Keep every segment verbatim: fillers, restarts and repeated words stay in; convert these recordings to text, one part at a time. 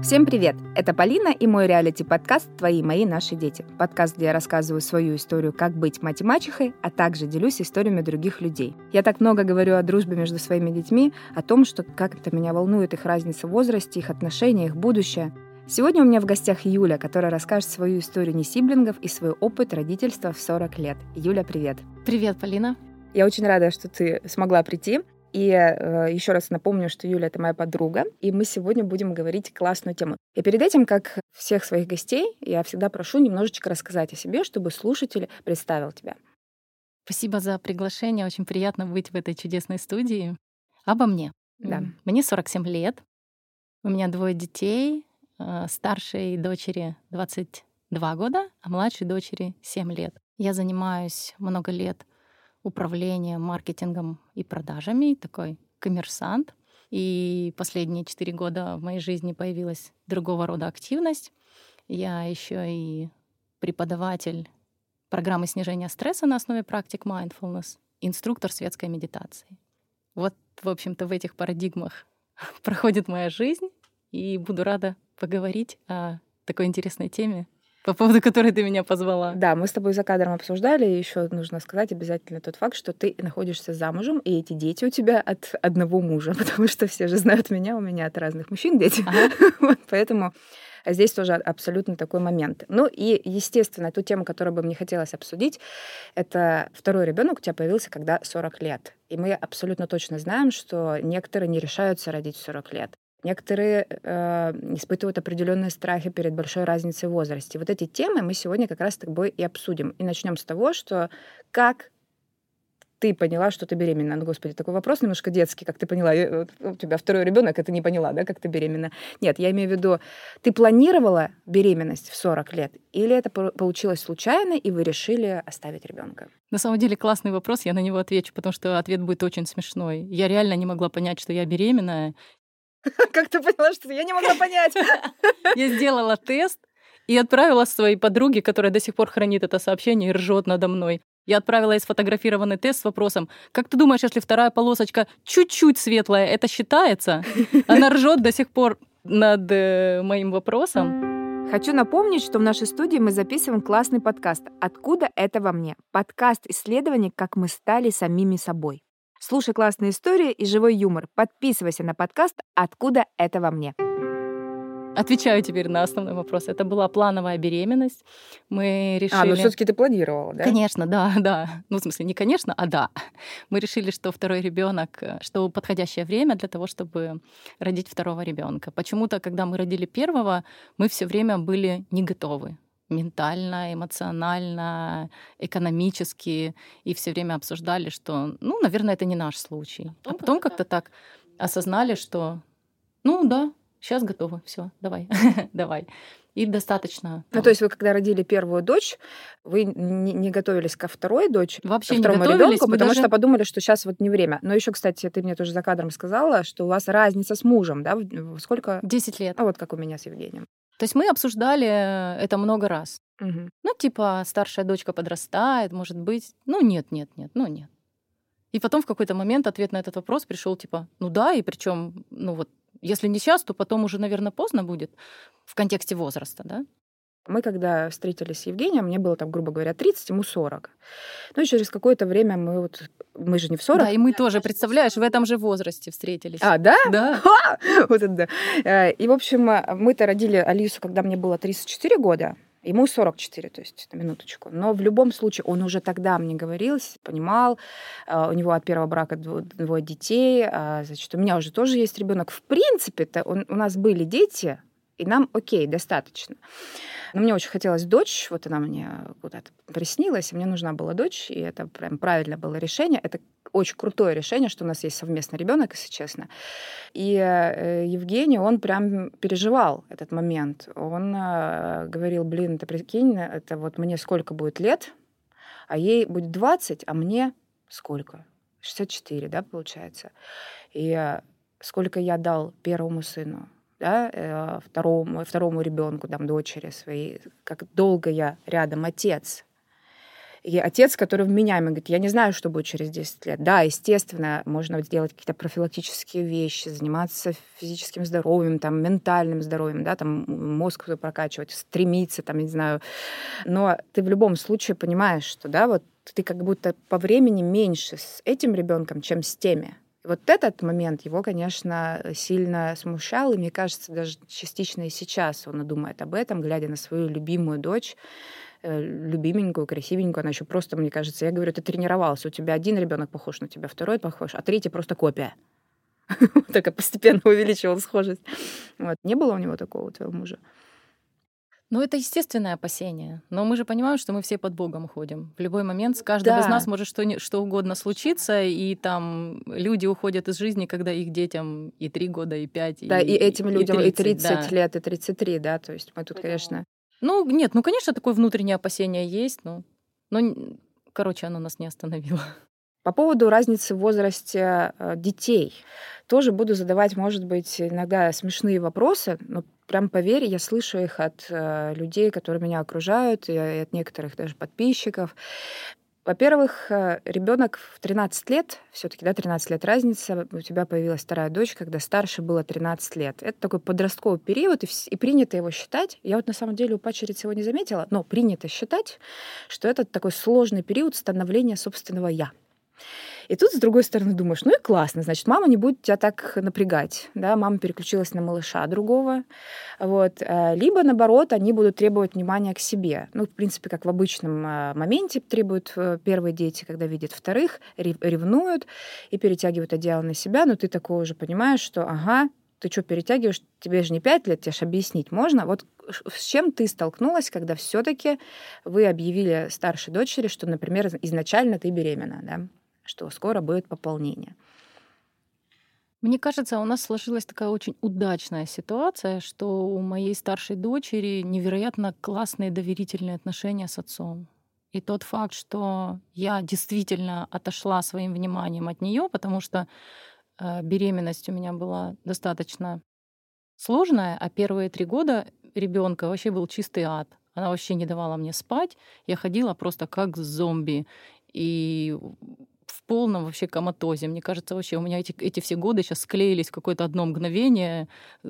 Всем привет! Это Полина и мой реалити-подкаст «Твои, мои, наши дети». Подкаст, где я рассказываю свою историю, как быть мать и мачехой, а также делюсь историями других людей. Я так много говорю о дружбе между своими детьми, о том, что как это меня волнует их разница в возрасте, их отношения, их будущее. Сегодня у меня в гостях Юля, которая расскажет свою историю несиблингов и свой опыт родительства в сорок лет. Юля, привет! Привет, Полина! Я очень рада, что ты смогла прийти. И э, еще раз напомню, что Юля — это моя подруга, и мы сегодня будем говорить классную тему. И перед этим, как всех своих гостей, я всегда прошу немножечко рассказать о себе, чтобы слушатель представил тебя. Спасибо за приглашение. Очень приятно быть в этой чудесной студии. Обо мне. Да. Мне сорок семь лет. У меня двое детей. Старшей дочери двадцать два года, а младшей дочери семь лет. Я занимаюсь много лет управлением, маркетингом и продажами, такой коммерсант. И последние четыре года в моей жизни появилась другого рода активность. Я еще и преподаватель программы снижения стресса на основе практик mindfulness, инструктор светской медитации. Вот, в общем-то, в этих парадигмах проходит моя жизнь, и буду рада поговорить о такой интересной теме, по поводу которой ты меня позвала. Да, мы с тобой за кадром обсуждали, и еще нужно сказать обязательно тот факт, что ты находишься замужем, и эти дети у тебя от одного мужа, потому что все же знают меня, у меня от разных мужчин дети. Ага. Вот, поэтому здесь тоже абсолютно такой момент. Ну и, естественно, ту тему, которую бы мне хотелось обсудить, это второй ребенок у тебя появился, когда сорок лет. И мы абсолютно точно знаем, что некоторые не решаются родить в сорок лет. Некоторые э, испытывают определенные страхи перед большой разницей в возрасте. Вот эти темы мы сегодня как раз с тобой и обсудим. И начнем с того, что как ты поняла, что ты беременна? Ну, господи, такой вопрос немножко детский, как ты поняла. У тебя второй ребенок, и ты не поняла, да, как ты беременна? Нет, я имею в виду, ты планировала беременность в сорок лет, или это получилось случайно, и вы решили оставить ребенка? На самом деле классный вопрос, я на него отвечу, потому что ответ будет очень смешной. Я реально не могла понять, что я беременная. Как ты поняла, что я не могла понять? Я сделала тест и отправила своей подруге, которая до сих пор хранит это сообщение и ржет надо мной. Я отправила ей сфотографированный тест с вопросом: как ты думаешь, если вторая полосочка чуть-чуть светлая, это считается? Она ржет до сих пор над э, моим вопросом. Хочу напомнить, что в нашей студии мы записываем классный подкаст «Откуда это во мне?» Подкаст исследований, как мы стали самими собой. Слушай классные истории и живой юмор. Подписывайся на подкаст «Откуда это во мне?». Отвечаю теперь на основной вопрос. Это была плановая беременность. Мы решили... А, ну все-таки ты планировала, да? Конечно, да, да. Ну, в смысле, не конечно, а да. Мы решили, что второй ребенок, что подходящее время для того, чтобы родить второго ребенка. Почему-то, когда мы родили первого, мы все время были не готовы. Ментально, эмоционально, экономически. И все время обсуждали, что, ну, наверное, это не наш случай. А потом как-то так осознали, что, ну, да, сейчас готовы, все, давай, давай. И достаточно. Ну, то есть вы, когда родили первую дочь, вы не, не готовились ко второй дочери, вообще ко второму не готовились, ребенку, потому даже... что подумали, что сейчас вот не время. Но еще, кстати, ты мне тоже за кадром сказала, что у вас разница с мужем, да? Сколько? десять лет. А вот как у меня с Евгением. То есть мы обсуждали это много раз. Угу. Ну, типа, старшая дочка подрастает, может быть. Ну, нет, нет, нет, ну, нет. И потом в какой-то момент ответ на этот вопрос пришел типа, ну да, и причем, ну вот, если не сейчас, то потом уже, наверное, поздно будет в контексте возраста, да? Мы, когда встретились с Евгением, мне было там, грубо говоря, тридцать, ему сорок. Ну и через какое-то время мы вот... Мы же не в сорок. Да, и мы тоже, представляешь, в этом же возрасте встретились. А, да? Да. Вот это да. И, в общем, мы-то родили Алису, когда мне было тридцать четыре года. Ему сорок четыре, то есть на минуточку. Но в любом случае он уже тогда мне говорил, понимал, у него от первого брака двое детей, значит, у меня уже тоже есть ребенок. В принципе-то он, у нас были дети, и нам окей, достаточно. Но мне очень хотелось дочь, вот она мне куда-то приснилась, и мне нужна была дочь, и это прям правильно было решение. Это очень крутое решение, что у нас есть совместный ребенок, если честно. И э, Евгений, он прям переживал этот момент. Он э, говорил, блин, ты прикинь, это вот мне сколько будет лет, а ей будет двадцать, а мне сколько? шестьдесят четыре, да, получается. И э, сколько я дал первому сыну, да, второму, второму ребенку, там, дочери своей, как долго я рядом отец. И отец, который вменяемый, говорит, я не знаю, что будет через десять лет. Да, естественно, можно делать какие-то профилактические вещи, заниматься физическим здоровьем, там, ментальным здоровьем, да, там, мозг прокачивать, стремиться, там, не знаю. Но ты в любом случае понимаешь, что, да, вот ты как будто по времени меньше с этим ребенком, чем с теми. И вот этот момент его, конечно, сильно смущал, и мне кажется, даже частично и сейчас он думает об этом, глядя на свою любимую дочь, любименькую, красивенькую, она еще просто, мне кажется, я говорю, ты тренировался, у тебя один ребенок похож на тебя, второй похож, а третий просто копия. Так постепенно увеличивал схожесть. Вот. Не было у него такого у твоего мужа? Ну, это естественное опасение. Но мы же понимаем, что мы все под Богом ходим. В любой момент с каждым Да. из нас может что, что угодно случиться, и там люди уходят из жизни, когда их детям и три года, и пять, да, и, и этим людям и тридцать, и тридцать да. лет, и тридцать три, да, то есть мы тут, конечно... Ну, нет, ну, конечно, такое внутреннее опасение есть, но, но короче, оно нас не остановило. По поводу разницы в возрасте детей тоже буду задавать, может быть, иногда смешные вопросы, но прям поверь, я слышу их от людей, которые меня окружают, и от некоторых даже подписчиков. Во-первых, ребенок в тринадцать лет, все-таки, да, тринадцать лет разница, у тебя появилась вторая дочь, когда старше было тринадцать лет. Это такой подростковый период, и, в... и принято его считать. Я вот на самом деле у падчерицы его не заметила, но принято считать, что это такой сложный период становления собственного «я». И тут, с другой стороны, думаешь, ну и классно, значит, мама не будет тебя так напрягать, да, мама переключилась на малыша другого, вот, либо, наоборот, они будут требовать внимания к себе, ну, в принципе, как в обычном моменте требуют первые дети, когда видят вторых, ревнуют и перетягивают одеяло на себя, но ты такое уже понимаешь, что, ага, ты что перетягиваешь, тебе же не пять лет, тебе же объяснить можно. Вот с чем ты столкнулась, когда все-таки вы объявили старшей дочери, что, например, изначально ты беременна, да? Что скоро будет пополнение? Мне кажется, у нас сложилась такая очень удачная ситуация, что у моей старшей дочери невероятно классные доверительные отношения с отцом. И тот факт, что я действительно отошла своим вниманием от нее, потому что э, беременность у меня была достаточно сложная, а первые три года ребенка вообще был чистый ад. Она вообще не давала мне спать. Я ходила просто как зомби. И в полном вообще коматозе. Мне кажется, вообще у меня эти, эти все годы сейчас склеились в какое-то одно мгновение,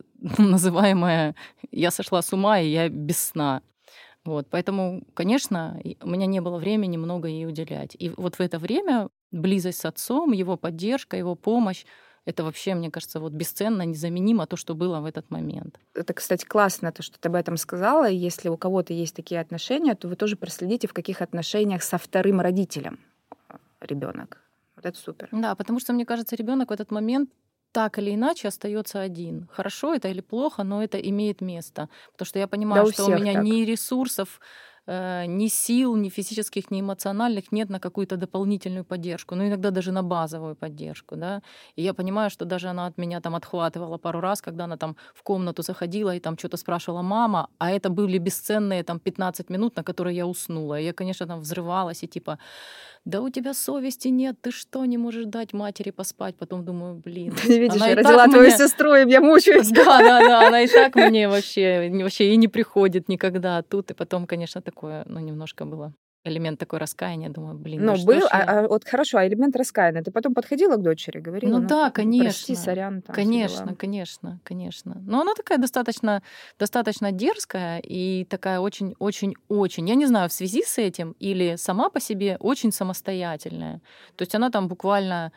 называемое «я сошла с ума, и я без сна». Вот, поэтому, конечно, у меня не было времени много ей уделять. И вот в это время близость с отцом, его поддержка, его помощь, это вообще, мне кажется, вот бесценно, незаменимо то, что было в этот момент. Это, кстати, классно, то, что ты об этом сказала. Если у кого-то есть такие отношения, то вы тоже проследите, в каких отношениях со вторым родителем ребенок. Вот это супер. Да, потому что, мне кажется, ребенок в этот момент так или иначе остается один. Хорошо это или плохо, но это имеет место. Потому что я понимаю, да, что у меня так. ни ресурсов, э, ни сил, ни физических, ни эмоциональных нет на какую-то дополнительную поддержку. Ну, иногда даже на базовую поддержку. Да? И я понимаю, что даже она от меня там отхватывала пару раз, когда она там в комнату заходила и там что-то спрашивала мама, а это были бесценные там пятнадцать минут, на которые я уснула. И я, конечно, там взрывалась и типа... Да у тебя совести нет, ты что, не можешь дать матери поспать? Потом думаю, блин. Ты видишь, я родила твою мне... сестру, и я мучаюсь. Да, да, да, она и так мне вообще, вообще и не приходит никогда тут. И потом, конечно, такое, ну, немножко было элемент такой раскаяния. Думаю, блин, ну, да был, а, а, вот хорошо, а элемент раскаяния. Ты потом подходила к дочери, говорила? Ну, ну да, конечно. Прости, сорян. Там, конечно, конечно, конечно. Но она такая достаточно, достаточно дерзкая и такая очень-очень-очень, я не знаю, в связи с этим или сама по себе очень самостоятельная. То есть она там буквально...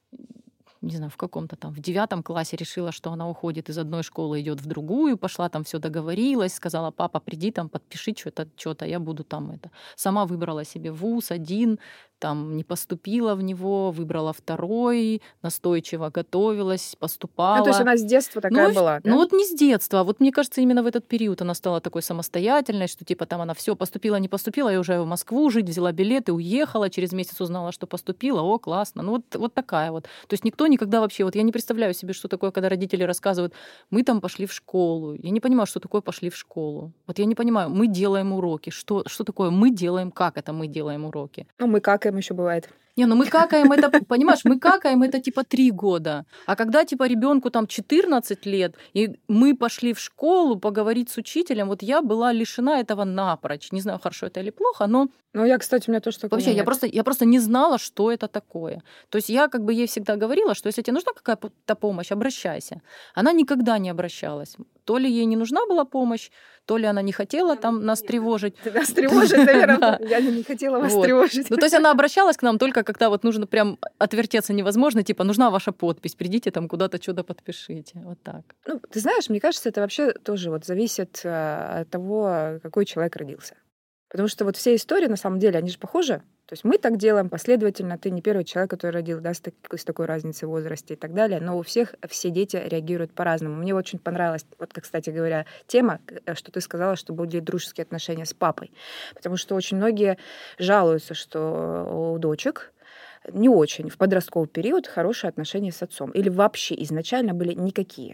не знаю, в каком-то там, в девятом классе решила, что она уходит из одной школы, идет в другую, пошла там, все договорилась, сказала, папа, приди там, подпиши что-то, что-то, я буду там это. Сама выбрала себе вуз один, там не поступила в него, выбрала второй, настойчиво готовилась, поступала. Ну, то есть она с детства такая ну, была, да? Ну, вот не с детства, а вот мне кажется, именно в этот период она стала такой самостоятельной, что типа там она все поступила, не поступила, я уже в Москву жить, взяла билеты, уехала, через месяц узнала, что поступила, о, классно. Ну, вот, вот такая вот. То есть никто никогда вообще, вот я не представляю себе, что такое, когда родители рассказывают, мы там пошли в школу. Я не понимаю, что такое пошли в школу. Вот я не понимаю, мы делаем уроки. Что, что такое мы делаем, как это мы делаем уроки? Ну, мы какаем еще бывает. Не, ну мы какаем это, понимаешь, мы какаем это типа три года. А когда типа ребенку там четырнадцать лет, и мы пошли в школу поговорить с учителем, вот я была лишена этого напрочь. Не знаю, хорошо это или плохо, но Ну, я, кстати, у меня тоже такого вообще я нет. просто, я просто не знала, что это такое. То есть я как бы ей всегда говорила, что если тебе нужна какая-то помощь, обращайся. Она никогда не обращалась. То ли ей не нужна была помощь, то ли она не хотела там нас тревожить. Ты нас тревожить, наверное. Я не хотела вас Вот. тревожить. Ну, то есть она обращалась к нам только когда вот нужно прям отвертеться невозможно, типа, нужна ваша подпись, придите там куда-то что-то подпишите. Вот так. Ну, ты знаешь, мне кажется, это вообще тоже вот зависит э, от того, какой человек родился. Потому что вот все истории, на самом деле, они же похожи. То есть мы так делаем последовательно. Ты не первый человек, который родил, да, с, так- с такой разницей в возрасте и так далее. Но у всех все дети реагируют по-разному. Мне очень понравилась, вот, как, кстати говоря, тема, к- что ты сказала, что были дружеские отношения с папой. Потому что очень многие жалуются, что у дочек не очень в подростковый период хорошие отношения с отцом. Или вообще изначально были никакие.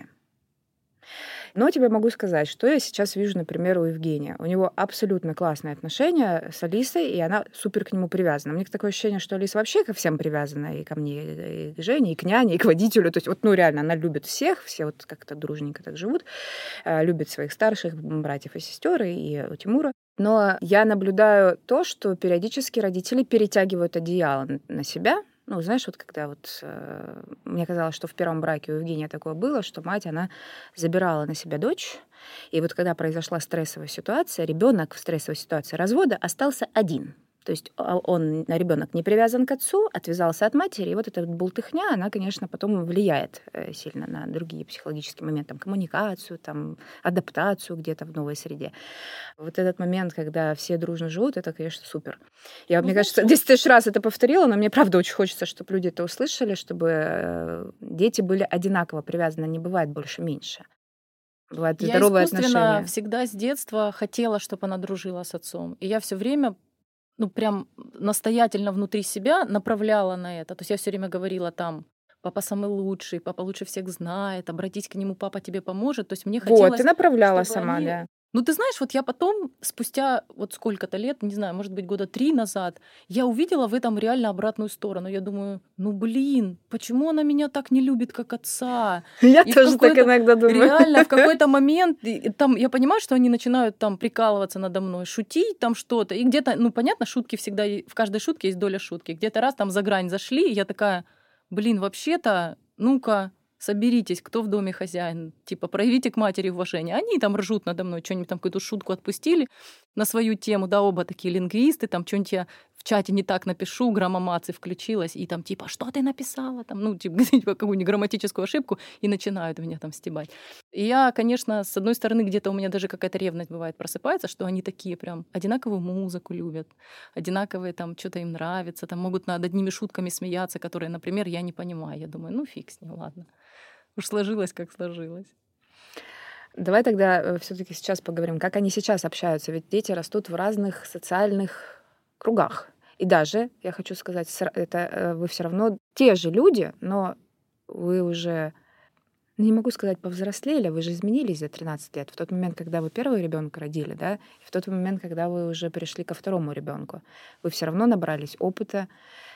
Но тебе могу сказать, что я сейчас вижу, например, у Евгения. У него абсолютно классные отношения с Алисой, и она супер к нему привязана. Мне такое ощущение, что Алиса вообще ко всем привязана, и ко мне, и к Жене, и к няне, и к водителю. То есть вот, ну, реально, она любит всех, все вот как-то дружненько так живут, э, любит своих старших братьев и сестер, и у Тимура. Но я наблюдаю то, что периодически родители перетягивают одеяло на себя. Ну, знаешь, вот когда вот э, мне казалось, что в первом браке у Евгения такое было, что мать, она забирала на себя дочь, и вот когда произошла стрессовая ситуация, ребенок в стрессовой ситуации развода остался один. То есть он, ребенок не привязан к отцу, отвязался от матери, и вот эта бултыхня, она, конечно, потом влияет сильно на другие психологические моменты, там, коммуникацию, там, адаптацию где-то в новой среде. Вот этот момент, когда все дружно живут, это, конечно, супер. Я, ну, мне кажется, десять тысяч раз это повторила, но мне, правда, очень хочется, чтобы люди это услышали, чтобы дети были одинаково привязаны, не бывает больше-меньше. Бывают здоровые отношения. Я искусственно всегда с детства хотела, чтобы она дружила с отцом. И я все время ну, прям настоятельно внутри себя направляла на это. То есть я все время говорила там, папа самый лучший, папа лучше всех знает, обратись к нему, папа тебе поможет. То есть мне хотелось... Вот, ты направляла сама, они... да. Ну, ты знаешь, вот я потом, спустя вот сколько-то лет, не знаю, может быть, года три назад, я увидела в этом реально обратную сторону. Я думаю, ну, блин, почему она меня так не любит, как отца? Я и тоже так иногда думаю. Реально, в какой-то момент, там, я понимаю, что они начинают там прикалываться надо мной, шутить там что-то. И где-то, ну, понятно, шутки всегда, в каждой шутке есть доля шутки. Где-то раз там за грань зашли, и я такая, блин, вообще-то, ну-ка, соберитесь, кто в доме хозяин, типа, проявите к матери уважение. Они там ржут надо мной, что-нибудь там какую-то шутку отпустили на свою тему, да, оба такие лингвисты, там что-нибудь я в чате не так напишу, граммомация включилась, и там типа, что ты написала? Там, ну, типа, какую-нибудь грамматическую ошибку, и начинают меня там стебать. И я, конечно, с одной стороны, где-то у меня даже какая-то ревность бывает просыпается, что они такие прям одинаковую музыку любят, одинаковые там, что-то им нравится, там могут над одними шутками смеяться, которые, например, я не понимаю. Я думаю, ну, фиг с ним, ладно. Уж сложилось, как сложилось. Давай тогда все-таки сейчас поговорим, как они сейчас общаются. Ведь дети растут в разных социальных кругах. И даже, я хочу сказать, это вы все равно те же люди, но вы уже, не могу сказать, повзрослели, вы же изменились за тринадцать лет. В тот момент, когда вы первого ребенка родили, да, и в тот момент, когда вы уже перешли ко второму ребенку, вы все равно набрались опыта,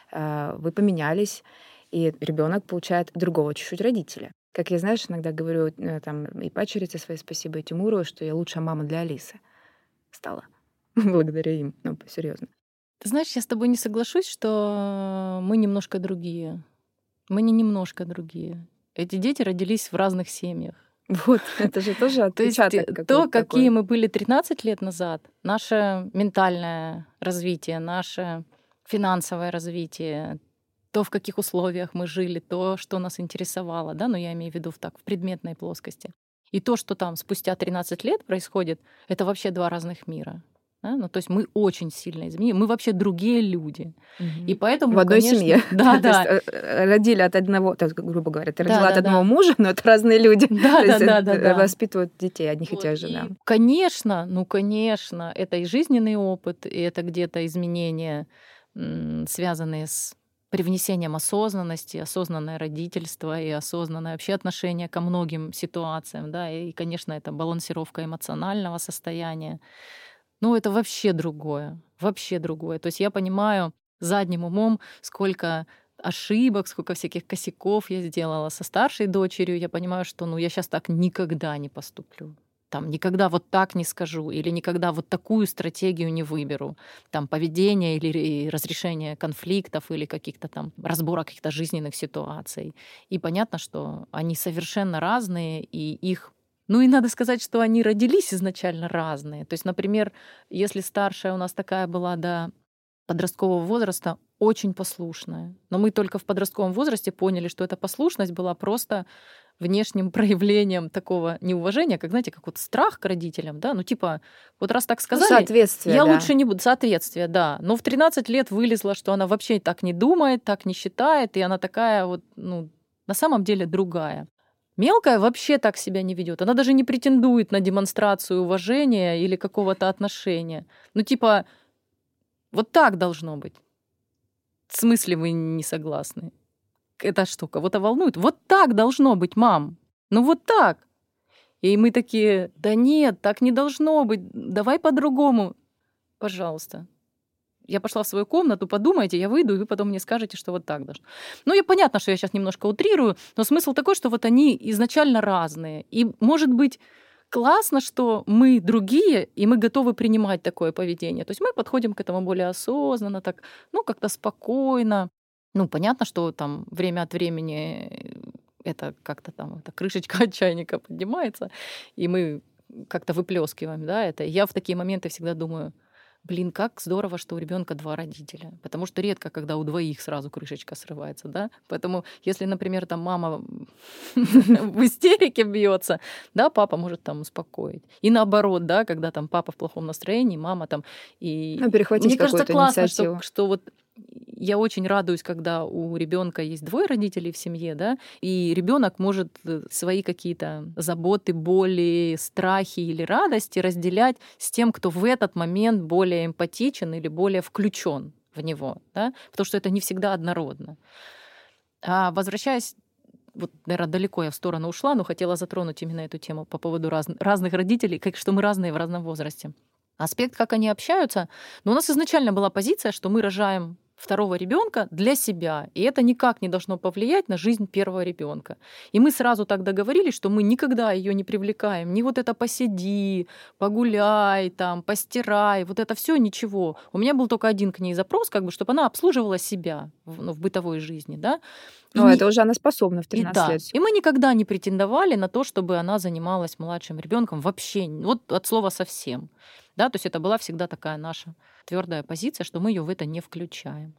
вы поменялись, и ребенок получает другого чуть-чуть родителя. Как я, знаешь, иногда говорю там, и пачерице своей спасибо, и Тимуру, что я лучшая мама для Алисы стала. Благодаря им, ну, серьезно. Ты знаешь, я с тобой не соглашусь, что мы немножко другие. Мы не немножко другие. Эти дети родились в разных семьях. Вот, это же тоже отпечаток. То есть то, какие мы были тринадцать лет назад, наше ментальное развитие, наше финансовое развитие, то, в каких условиях мы жили, то, что нас интересовало, да, но я имею в виду в, так, в предметной плоскости. И то, что там спустя тринадцать лет происходит, это вообще два разных мира. Да? Ну, то есть мы очень сильно изменились. Мы вообще другие люди. Угу. И поэтому, в одной конечно, семье. Да, да. Есть, родили от одного, то есть, грубо говоря, ты родила да, от да, одного да. мужа, но это разные люди. Да, то да, есть, да, да, да. Воспитывают детей одних вот. и тех же. И, да. Конечно, ну, конечно, это и жизненный опыт, и это где-то изменения, связанные с привнесением осознанности, осознанное родительство и осознанное вообще отношение ко многим ситуациям, да, и, конечно, это балансировка эмоционального состояния. Ну, это вообще другое, вообще другое. То есть я понимаю, задним умом, сколько ошибок, сколько всяких косяков я сделала со старшей дочерью. Я понимаю, что ну, я сейчас так никогда не поступлю. Там, никогда вот так не скажу, или никогда вот такую стратегию не выберу. Там, поведение или разрешение конфликтов, или каких-то там разбора каких-то жизненных ситуаций. И понятно, что они совершенно разные, и их... Ну и надо сказать, что они родились изначально разные. То есть, например, если старшая у нас такая была до подросткового возраста, очень послушная. Но мы только в подростковом возрасте поняли, что эта послушность была просто внешним проявлением такого неуважения, как, знаете, как вот страх к родителям, да, ну типа, вот раз так сказали, ну, соответствие, я да. лучше не буду, соответствие, да. Но в тринадцать лет вылезла, что она вообще так не думает, так не считает, и она такая вот, ну, на самом деле другая. Мелкая вообще так себя не ведет. Она даже не претендует на демонстрацию уважения или какого-то отношения. Ну, типа, вот так должно быть. В смысле вы не согласны? Это что, кого-то волнует? Вот так должно быть, мам. Ну вот так. И мы такие, да нет, так не должно быть. Давай по-другому. Пожалуйста. Я пошла в свою комнату, подумайте, я выйду, и вы потом мне скажете, что вот так должно. Ну, и понятно, что я сейчас немножко утрирую, но смысл такой, что вот они изначально разные. И, может быть, классно, что мы другие, и мы готовы принимать такое поведение. То есть мы подходим к этому более осознанно, так, ну, как-то спокойно. Ну, понятно, что там время от времени это как-то там, эта крышечка от чайника поднимается, и мы как-то выплескиваем, да, это. Я в такие моменты всегда думаю, блин, как здорово, что у ребенка два родителя. Потому что редко, когда у двоих сразу крышечка срывается, да. Поэтому, если, например, там мама в истерике бьется, да, папа может там успокоить. И наоборот, да, когда там папа в плохом настроении, мама там и ну, перехватить мне кажется, какую-то классно, инициативу. что, что вот я очень радуюсь, когда у ребенка есть двое родителей в семье, да, и ребенок может свои какие-то заботы, боли, страхи или радости разделять с тем, кто в этот момент более эмпатичен или более включен в него, да, потому что это не всегда однородно. А возвращаясь, вот, наверное, далеко я в сторону ушла, но хотела затронуть именно эту тему по поводу раз, разных родителей, как что мы разные в разном возрасте. Аспект, как они общаются, но у нас изначально была позиция, что мы рожаем второго ребенка для себя, и это никак не должно повлиять на жизнь первого ребенка. И мы сразу так договорились, что мы никогда ее не привлекаем, ни вот это посиди, погуляй, там, постирай, вот это все ничего. У меня был только один к ней запрос, как бы, чтобы она обслуживала себя в, ну, в бытовой жизни, да. Ну, это уже она способна в тринадцать и, да. лет. И мы никогда не претендовали на то, чтобы она занималась младшим ребенком вообще, вот от слова совсем. Да, то есть это была всегда такая наша твердая позиция, что мы ее в это не включаем.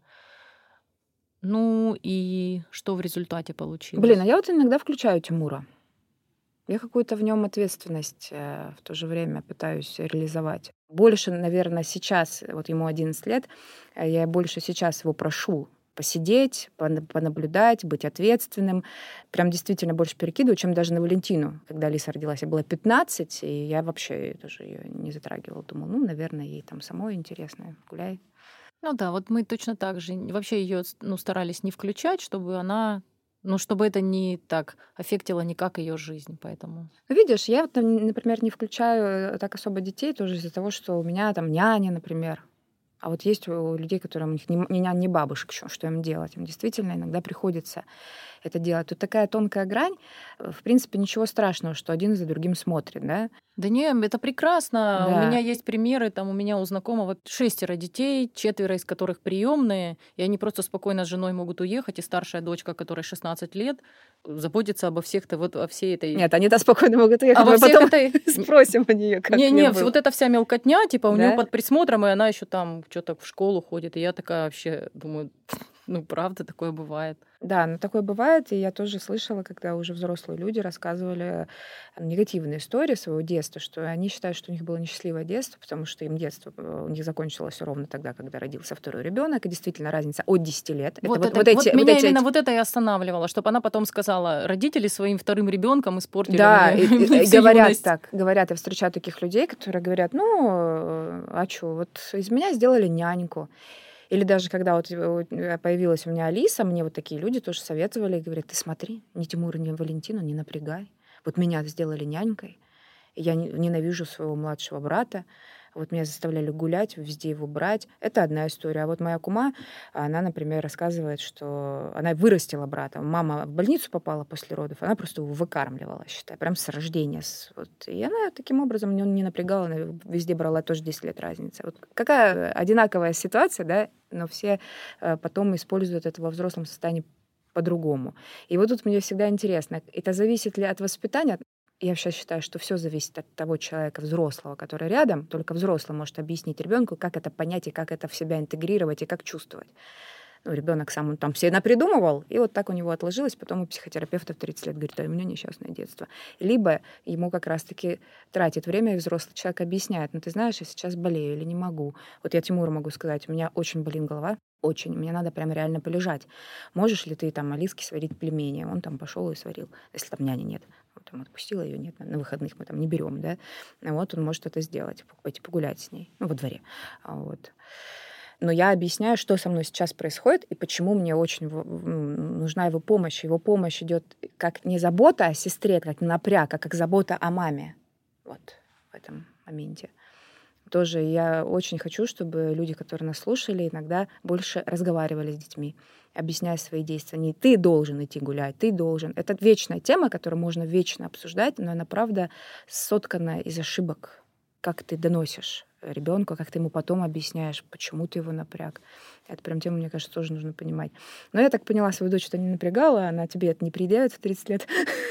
Ну и что в результате получилось? Блин, а я вот иногда включаю Тимура. Я какую-то в нем ответственность э, в то же время пытаюсь реализовать. Больше, наверное, сейчас, вот ему одиннадцать лет, я больше сейчас его прошу посидеть, понаблюдать, быть ответственным. Прям действительно больше перекидываю, чем даже на Валентину. Когда Алиса родилась, ей было пятнадцать, и я вообще тоже ее не затрагивала. Думала, ну, наверное, ей там самой интересно, гуляй. Ну да, вот мы точно так же вообще ее ну, старались не включать, чтобы она, ну, чтобы это не так аффектило никак ее жизнь, поэтому. Ну, видишь, я, вот, например, не включаю так особо детей тоже из-за того, что у меня там няня, например. А вот есть у людей, которые у них ни, ни нян, ни бабушек еще, что им делать? Им действительно иногда приходится это делать. Тут такая тонкая грань. В принципе, ничего страшного, что один за другим смотрит, да? Да не, это прекрасно. Да. У меня есть примеры, там у меня у знакомого шестеро детей, четверо из которых приемные, и они просто спокойно с женой могут уехать, и старшая дочка, которой шестнадцать лет, заботится обо всех-то вот о всей этой... Нет, они-то спокойно могут уехать, а мы потом этой... спросим у нее, как Не, ей не, было. вот эта вся мелкотня, типа у Да? нее под присмотром, и она еще там что-то в школу ходит, и я такая вообще думаю, ну правда, такое бывает. Да, но такое бывает, и я тоже слышала, когда уже взрослые люди рассказывали негативные истории своего детства, что они считают, что у них было несчастливое детство, потому что им детство у них закончилось ровно тогда, когда родился второй ребенок, и действительно разница от десяти лет. Вот, это, это, вот, вот, вот эти, меня вот эти, именно вот это и останавливало, чтобы она потом сказала, родители своим вторым ребенком испортили да, мне, и, мне и всю говорят юность. так, говорят, я встречаю таких людей, которые говорят, ну, а что, вот из меня сделали няньку. Или даже когда вот появилась у меня Алиса, мне вот такие люди тоже советовали и говорят, ты смотри, ни Тимура, ни Валентину не напрягай. Вот меня сделали нянькой, я ненавижу своего младшего брата, Вот меня заставляли гулять, везде его брать. Это одна история. А вот моя кума, она, например, рассказывает, что она вырастила брата. Мама в больницу попала после родов, она просто его выкармливала, считай, прям с рождения. Вот. И она таким образом не, не напрягала, она везде брала, тоже десять лет разница. Вот какая одинаковая ситуация, да, но все потом используют это во взрослом состоянии по-другому. И вот тут мне всегда интересно, это зависит ли от воспитания? Я вообще считаю, что все зависит от того человека, взрослого, который рядом. Только взрослый может объяснить ребенку, как это понять, и как это в себя интегрировать, и как чувствовать. Ну, ребенок сам он там все напридумывал, и вот так у него отложилось. Потом у психотерапевта в тридцать лет говорит, а у меня несчастное детство. Либо ему как раз-таки тратит время, и взрослый человек объясняет, ну, ты знаешь, я сейчас болею или не могу. Вот я Тимуру могу сказать, у меня очень болит голова, очень, мне надо прям реально полежать. Можешь ли ты там Алиске сварить пельмени? Он там пошел и сварил, если там няни нет. Вот, там отпустила ее, нет, на выходных мы там не берем, да. Вот он может это сделать, пойти погулять с ней, ну, во дворе. Вот. Но я объясняю, что со мной сейчас происходит и почему мне очень нужна его помощь. Его помощь идет как не забота о сестре, как не напряг, а как забота о маме. Вот в этом моменте. Тоже я очень хочу, чтобы люди, которые нас слушали, иногда больше разговаривали с детьми, объясняя свои действия. Не ты должен идти гулять, ты должен. Это вечная тема, которую можно вечно обсуждать, но она, правда, соткана из ошибок. Как ты доносишь ребенку, как ты ему потом объясняешь, почему ты его напряг. Это прям тему, мне кажется, тоже нужно понимать. Но я так поняла, свою дочь это не напрягала, она тебе это не предъявит в тридцать лет.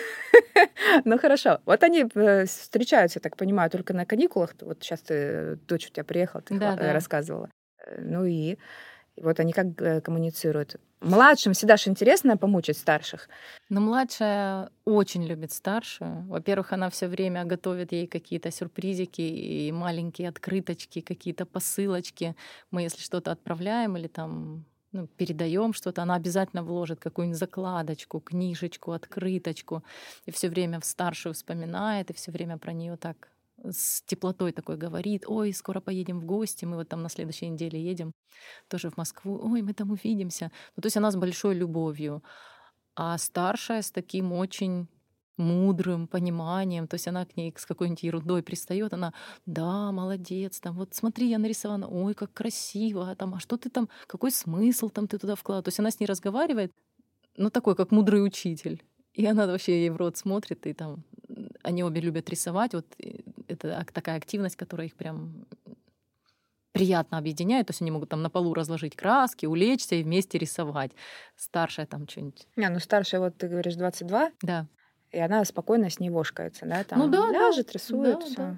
Ну, хорошо. Вот они встречаются, я так понимаю, только на каникулах. Вот сейчас ты, дочь у тебя приехала, ты да, да. рассказывала. Ну и вот они как коммуницируют. Младшим всегда же интересно помучить старших. Но младшая очень любит старшую. Во-первых, она все время готовит ей какие-то сюрпризики и маленькие открыточки, какие-то посылочки. Мы, если что-то отправляем или там ну, передаем что-то, она обязательно вложит какую-нибудь закладочку, книжечку, открыточку. И все время в старшую вспоминает, и все время про нее так с теплотой такой говорит: ой, скоро поедем в гости, мы вот там на следующей неделе едем тоже в Москву, ой, мы там увидимся. Ну, то есть она с большой любовью. А старшая с таким очень мудрым пониманием, то есть она к ней с какой-нибудь ерундой пристает, она: да, молодец, там, вот смотри, я нарисована, ой, как красиво, там, а что ты там, какой смысл там ты туда вкладываешь? То есть она с ней разговаривает, ну, такой, как мудрый учитель. И она вообще ей в рот смотрит, и там они обе любят рисовать. Вот это такая активность, которая их прям приятно объединяет. То есть они могут там на полу разложить краски, улечься и вместе рисовать. Старшая там что-нибудь. Не, ну старшая, вот ты говоришь, двадцать два. Да. И она спокойно с ней вошкается, да? Там ну да, ляжет, да, рисует, да, всё. Да.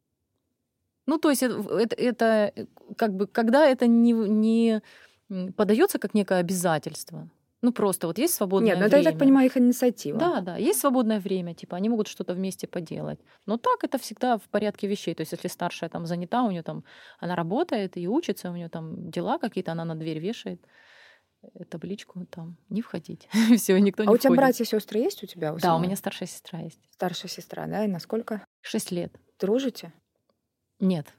Ну, то есть это, это, это как бы, когда это не, не подается как некое обязательство. Ну, просто вот есть свободное Нет, ну время. это, я так понимаю, их инициатива. Да, да, есть свободное время, типа они могут что-то вместе поделать. Но так это всегда в порядке вещей. То есть если старшая там занята, у нее там, она работает и учится, у нее там дела какие-то, она на дверь вешает табличку там «не входить». Все, никто не А у входит. тебя братья и сестры есть у тебя? У Да, самой? у меня старшая сестра есть. Старшая сестра, да? И насколько? Шесть лет. Дружите? Нет.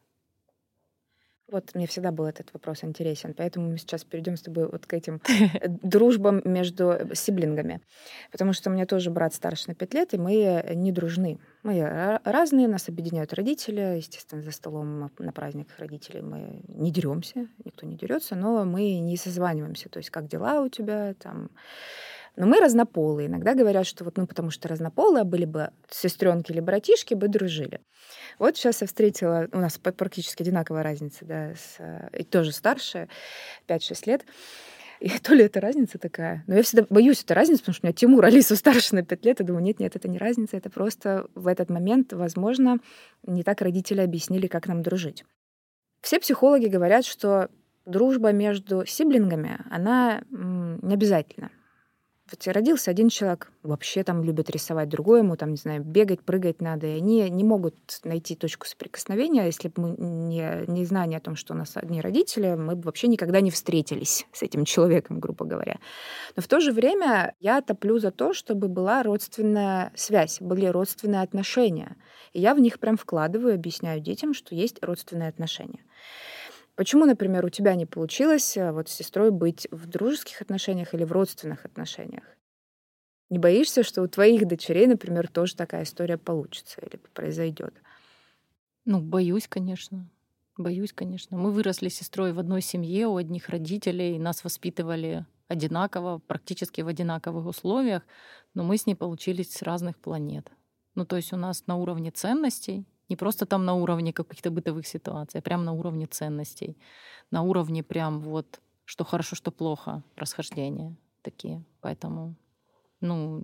Вот мне всегда был этот вопрос интересен, поэтому мы сейчас перейдем с тобой вот к этим дружбам между сиблингами. Потому что у меня тоже брат старше на пять лет, и мы не дружны. Мы разные, нас объединяют родители. Естественно, за столом на праздниках родителей мы не деремся, никто не дерется, но мы не созваниваемся. То есть, как дела у тебя там... Но мы разнополые. Иногда говорят, что вот, ну, потому что разнополые, были бы сестренки или братишки, бы дружили. Вот сейчас я встретила, у нас практически одинаковая разница, да, с, и тоже старшая, пять-шесть лет. И то ли это разница такая. Но я всегда боюсь этой разницы, потому что у меня Тимур, Алису старше на пять лет. Я думаю, нет-нет, это не разница, это просто в этот момент, возможно, не так родители объяснили, как нам дружить. Все психологи говорят, что дружба между сиблингами, она м, не обязательна. Вот родился один человек, вообще там любит рисовать, другой ему там, не знаю, бегать, прыгать надо, и они не могут найти точку соприкосновения. Если бы мы не, не знали о том, что у нас одни родители, мы бы вообще никогда не встретились с этим человеком, грубо говоря. Но в то же время я топлю за то, чтобы была родственная связь, были родственные отношения. И я в них прям вкладываю, объясняю детям, что есть родственные отношения. Почему, например, у тебя не получилось вот с сестрой быть в дружеских отношениях или в родственных отношениях? Не боишься, что у твоих дочерей, например, тоже такая история получится или произойдет? Ну, боюсь, конечно. Боюсь, конечно. Мы выросли с сестрой в одной семье, у одних родителей, нас воспитывали одинаково, практически в одинаковых условиях, но мы с ней получились с разных планет. Ну, то есть у нас на уровне ценностей, не просто там на уровне каких-то бытовых ситуаций, а прям на уровне ценностей, на уровне прям вот что хорошо, что плохо, расхождения такие. Поэтому, ну,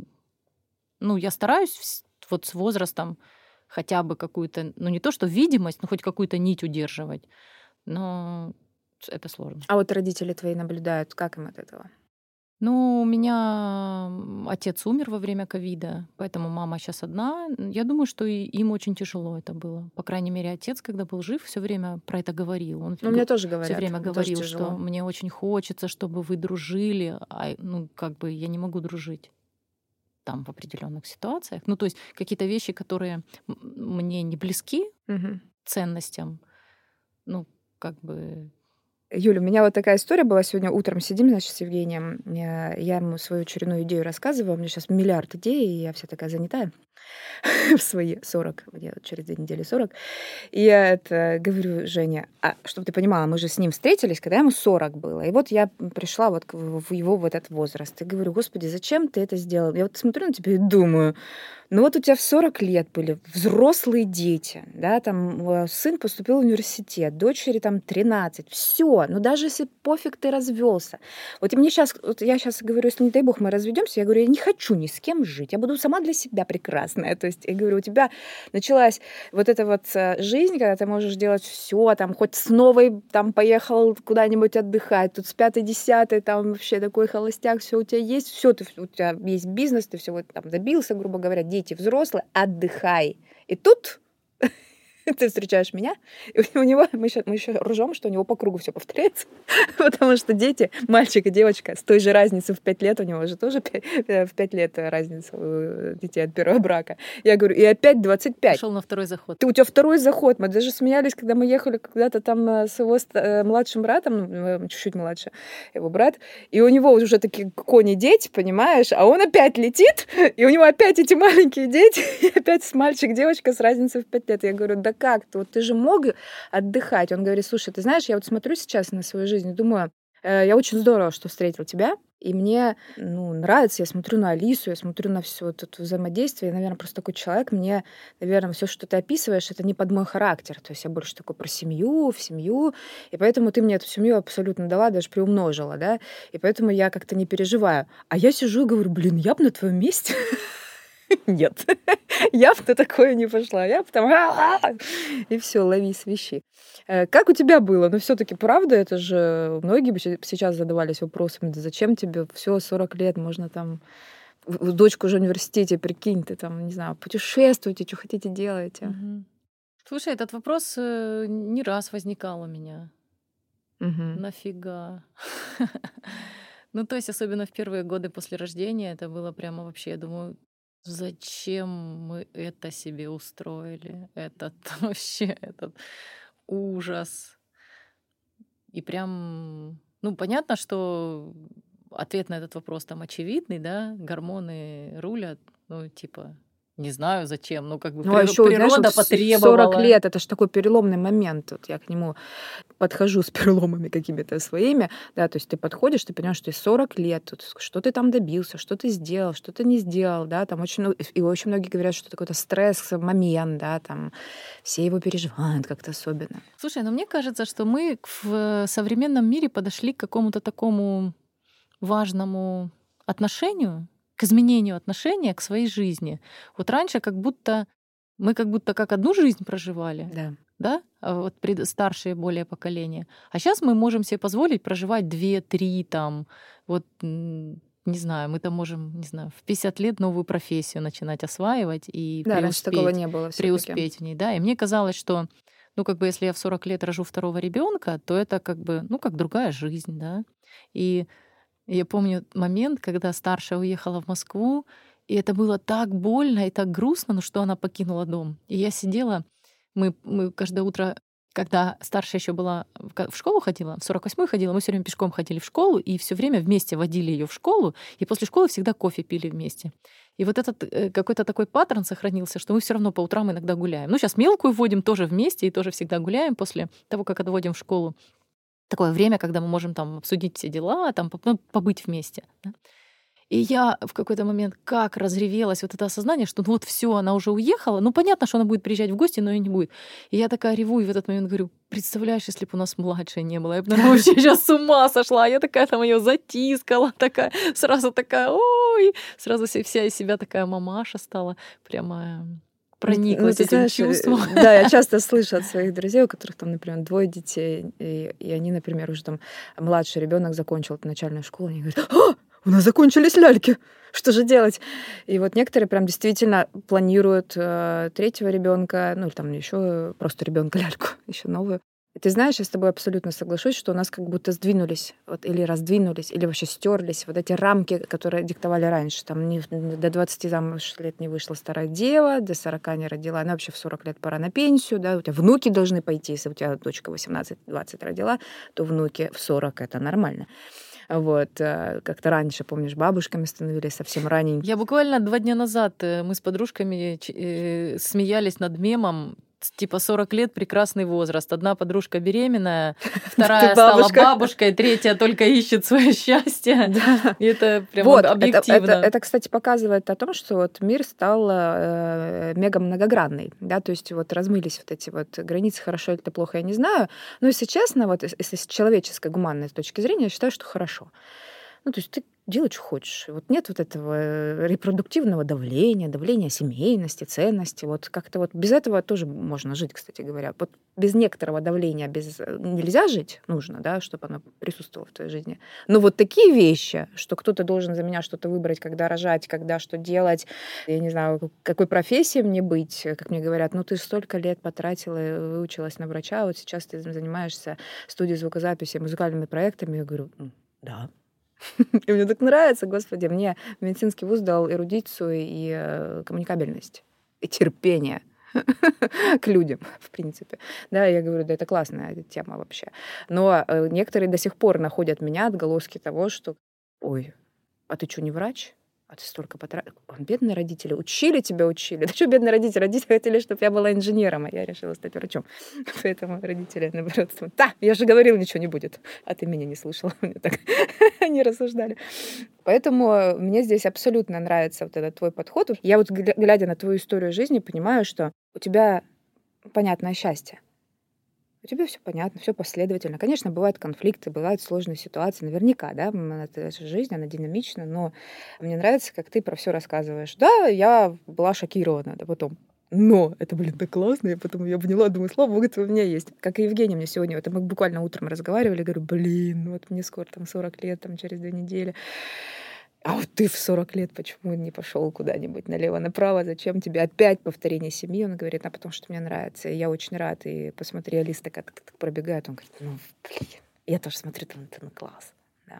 ну я стараюсь вот с возрастом хотя бы какую-то, ну не то что видимость, но хоть какую-то нить удерживать, но это сложно. А вот родители твои наблюдают, как им от этого? Ну, у меня отец умер во время ковида, поэтому мама сейчас одна. Я думаю, что и им очень тяжело это было. По крайней мере, отец, когда был жив, все время про это говорил. Он Ну, мне тоже все говорят. время им говорил, тоже тяжело. что мне очень хочется, чтобы вы дружили, а ну как бы я не могу дружить там в определенных ситуациях. Ну, то есть какие-то вещи, которые м- мне не близки Мгм. ценностям, ну, как бы Юля, у меня вот такая история была. Сегодня утром сидим, значит, с Евгением. Я, я ему свою очередную идею рассказываю. У меня сейчас миллиард идей, и я вся такая занятая в свои сорок. Мне вот через две недели сорок. И я это говорю, Женя, а чтобы ты понимала, мы же с ним встретились, когда ему сорок было. И вот я пришла вот к- в его вот этот возраст. И говорю, Господи, зачем ты это сделал? Я вот смотрю на тебя и думаю, ну вот у тебя в сорок лет были взрослые дети, да, там э, сын поступил в университет, дочери там тринадцать, все, ну даже если пофиг ты развелся. Вот и мне сейчас, вот я сейчас говорю, если не дай бог мы разведемся, я говорю, я не хочу ни с кем жить, я буду сама для себя прекрасная. То есть я говорю, у тебя началась вот эта вот э, жизнь, когда ты можешь делать все, там хоть с новой там поехал куда-нибудь отдыхать, тут с пятой, десятой там вообще такой холостяк, все у тебя есть, все, ты, у тебя есть бизнес, ты все вот там добился, грубо говоря, дети взрослые, отдыхай. И тут ты встречаешь меня, и у него, мы еще, мы еще ржем, что у него по кругу все повторяется, потому что дети, мальчик и девочка, с той же разницей в пять лет, у него же тоже пя- в пять лет разница у детей от первого брака. Я говорю, и опять двадцать пять. пошел на второй заход. Ты, у тебя второй заход. Мы даже смеялись, когда мы ехали когда-то там э, с его ст- э, младшим братом, ну, э, чуть-чуть младше, его брат, и у него уже такие кони-дети, понимаешь, а он опять летит, и у него опять эти маленькие дети, и опять мальчик-девочка с разницей в пять лет. Я говорю, да как ты? Вот ты же мог отдыхать. Он говорит, слушай, ты знаешь, я вот смотрю сейчас на свою жизнь и думаю, э, я очень здорово, что встретил тебя, и мне ну, нравится, я смотрю на Алису, я смотрю на все это взаимодействие. Я, наверное, просто такой человек. Мне, наверное, все, что ты описываешь, это не под мой характер. То есть я больше такой про семью, в семью. И поэтому ты мне эту семью абсолютно дала, даже приумножила, да. И поэтому я как-то не переживаю. А я сижу и говорю, блин, я бы на твоем месте... Нет, я бы на такое не пошла. Я бы там... И все, лови, свищи. Э, Как у тебя было? Ну, все-таки правда, это же многие бы се- сейчас задавались вопросами, да зачем тебе все сорок лет, можно там в- в- дочку уже в университете, прикинь, ты там, не знаю, путешествуйте, что хотите делайте. Мгм. Слушай, этот вопрос э, не раз возникал у меня. Мгм. Нафига? Ну, то есть, особенно в первые годы после рождения, это было прямо вообще, я думаю, зачем мы это себе устроили? Этот вообще, этот ужас. И прям, ну, понятно, что ответ на этот вопрос там очевидный, да, гормоны рулят, ну, типа, не знаю зачем, ну, как бы Ну, а при- еще, знаешь, природа вот в с- в сорок потребовала. лет это же такой переломный момент. Вот я к нему подхожу с переломами какими-то своими, да, то есть ты подходишь, ты понимаешь, что тебе сорок лет, тут что ты там добился, что ты сделал, что ты не сделал, да, там очень, много- и очень многие говорят, что это какой-то стресс, момент, да, там все его переживают как-то особенно. Слушай, ну мне кажется, что мы в современном мире подошли к какому-то такому важному отношению, к изменению отношения к своей жизни. Вот раньше как будто мы как будто как одну жизнь проживали, Да. да, а вот пред- старшие более поколения. А сейчас мы можем себе позволить проживать две, три там, вот м, не знаю, мы там можем, не знаю, в пятьдесят лет новую профессию начинать осваивать и Да, раньше такого преуспеть, не было все-таки. преуспеть в ней, да. И мне казалось, что, ну, как бы, если я в сорок лет рожу второго ребенка, то это как бы, ну, как другая жизнь, да. И я помню момент, когда старшая уехала в Москву, и это было так больно и так грустно, ну, что она покинула дом. И я сидела, мы, мы каждое утро, когда старшая еще была в ка- в школу ходила, в сорок восьмой ходила, мы все время пешком ходили в школу и все время вместе водили ее в школу, и после школы всегда кофе пили вместе. И вот этот э, какой-то такой паттерн сохранился, что мы все равно по утрам иногда гуляем. Ну, сейчас мелкую вводим тоже вместе и тоже всегда гуляем после того, как отводим в школу. Такое время, когда мы можем там обсудить все дела, там ну, побыть вместе. Да? И я в какой-то момент как разревелась, вот это осознание, что ну вот все, она уже уехала. Ну, понятно, что она будет приезжать в гости, но и не будет. И я такая реву, и в этот момент говорю, представляешь, если бы у нас младшей не было, я бы, наверное, вообще сейчас с ума сошла. Я такая там ее затискала, такая, сразу такая, ой, сразу вся из себя такая мамаша стала, прямо прониклась ну, этим знаешь, чувством. Да, я часто слышу от своих друзей, у которых там, например, двое детей, и, и они, например, уже там младший ребенок закончил начальную школу, они говорят, а, у нас закончились ляльки, что же делать? И вот некоторые прям действительно планируют э, третьего ребенка, ну или там еще просто ребенка ляльку, еще новую. И ты знаешь, я с тобой абсолютно соглашусь, что у нас как будто сдвинулись, вот, или раздвинулись, или вообще стерлись вот эти рамки, которые диктовали раньше. Там не, до двадцати замуж лет не вышла старая дева, до сорока не родила, она вообще в сорок лет пора на пенсию, да, у тебя внуки должны пойти, если у тебя дочка восемнадцать-двадцать родила, то внуки в сорок это нормально. Вот. Как-то раньше, помнишь, бабушками становились совсем раненькими. Я буквально два дня назад мы с подружками смеялись над мемом, типа сорок лет — прекрасный возраст. Одна подружка беременная, вторая стала бабушкой, третья только ищет свое счастье. Да. И это прям вот, объективно. Это, это, это, кстати, показывает о том, что вот мир стал э, мега многогранный. Да? То есть вот размылись вот эти вот границы, хорошо это плохо, я не знаю. Но если честно, вот если с человеческой гуманной точки зрения, я считаю, что хорошо. Ну, то есть ты делай, что хочешь. Вот нет вот этого репродуктивного давления, давления семейности, ценности. Вот как-то вот без этого тоже можно жить, кстати говоря. Вот без некоторого давления без... нельзя жить, нужно, да, чтобы оно присутствовало в твоей жизни. Но вот такие вещи, что кто-то должен за меня что-то выбрать, когда рожать, когда что делать, я не знаю, какой профессии мне быть, как мне говорят, ну ты столько лет потратила, выучилась на врача, вот сейчас ты занимаешься студией звукозаписи, музыкальными проектами. Я говорю, да. И мне так нравится, господи, мне медицинский вуз дал эрудицию и коммуникабельность, и терпение к людям, в принципе. Да, я говорю, да, это классная тема вообще. Но некоторые до сих пор находят меня отголоски того, что, ой, а ты что, не врач? А ты столько потратил. Бедные родители. Учили тебя, учили. Да что бедные родители? Родители хотели, чтобы я была инженером, а я решила стать врачом. Поэтому родители, наоборот, да, я же говорила, ничего не будет. А ты меня не слушала. Мне так они рассуждали. Поэтому мне здесь абсолютно нравится вот этот твой подход. Я вот, глядя на твою историю жизни, понимаю, что у тебя понятное счастье. У тебя все понятно, все последовательно. Конечно, бывают конфликты, бывают сложные ситуации, наверняка, да, это жизнь, она динамична, но мне нравится, как ты про все рассказываешь. Да, я была шокирована, да, потом. Но это, блин, так классно, я потом я поняла, думаю, слава богу, это у меня есть. Как и Евгения мне сегодня, вот мы буквально утром разговаривали, говорю, блин, вот мне скоро там сорок лет, там через две недели. А вот ты в сорок лет почему не пошел куда-нибудь налево-направо? Зачем тебе опять повторение семьи? Он говорит, а потому что мне нравится. И я очень рад. И посмотри, Алиса как так пробегает. Он говорит, ну, блин, я тоже смотрю, там, там класс. Да.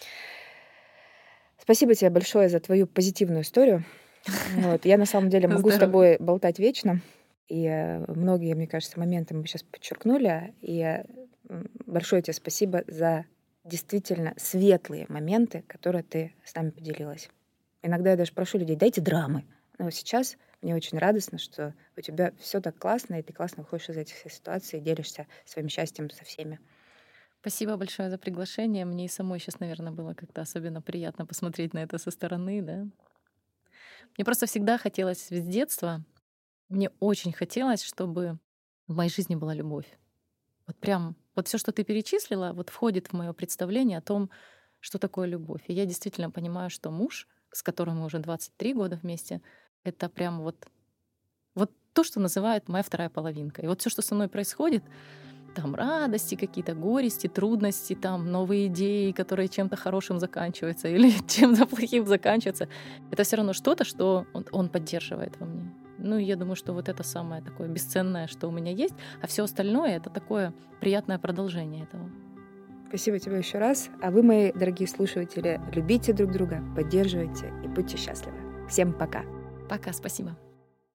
Спасибо тебе большое за твою позитивную историю. Вот. Я на самом деле могу Здорово. С тобой болтать вечно. И многие, мне кажется, моменты мы сейчас подчеркнули. И большое тебе спасибо за действительно светлые моменты, которые ты с нами поделилась. Иногда я даже прошу людей, дайте драмы. Но сейчас мне очень радостно, что у тебя все так классно, и ты классно выходишь из этих ситуаций и делишься своим счастьем со всеми. Спасибо большое за приглашение. Мне и самой сейчас, наверное, было как-то особенно приятно посмотреть на это со стороны, да. Мне просто всегда хотелось с детства, мне очень хотелось, чтобы в моей жизни была любовь. Вот прям вот все, что ты перечислила, вот входит в мое представление о том, что такое любовь. И я действительно понимаю, что муж, с которым мы уже двадцать три года вместе, это прям вот, вот то, что называют моя вторая половинка. И вот все, что со мной происходит, там радости какие-то, горести, трудности, там новые идеи, которые чем-то хорошим заканчиваются или чем-то плохим заканчиваются, это все равно что-то, что он, он поддерживает во мне. Ну, я думаю, что вот это самое такое бесценное, что у меня есть, а все остальное — это такое приятное продолжение этого. Спасибо тебе еще раз. А вы, мои дорогие слушатели, любите друг друга, поддерживайте и будьте счастливы. Всем пока. Пока, спасибо.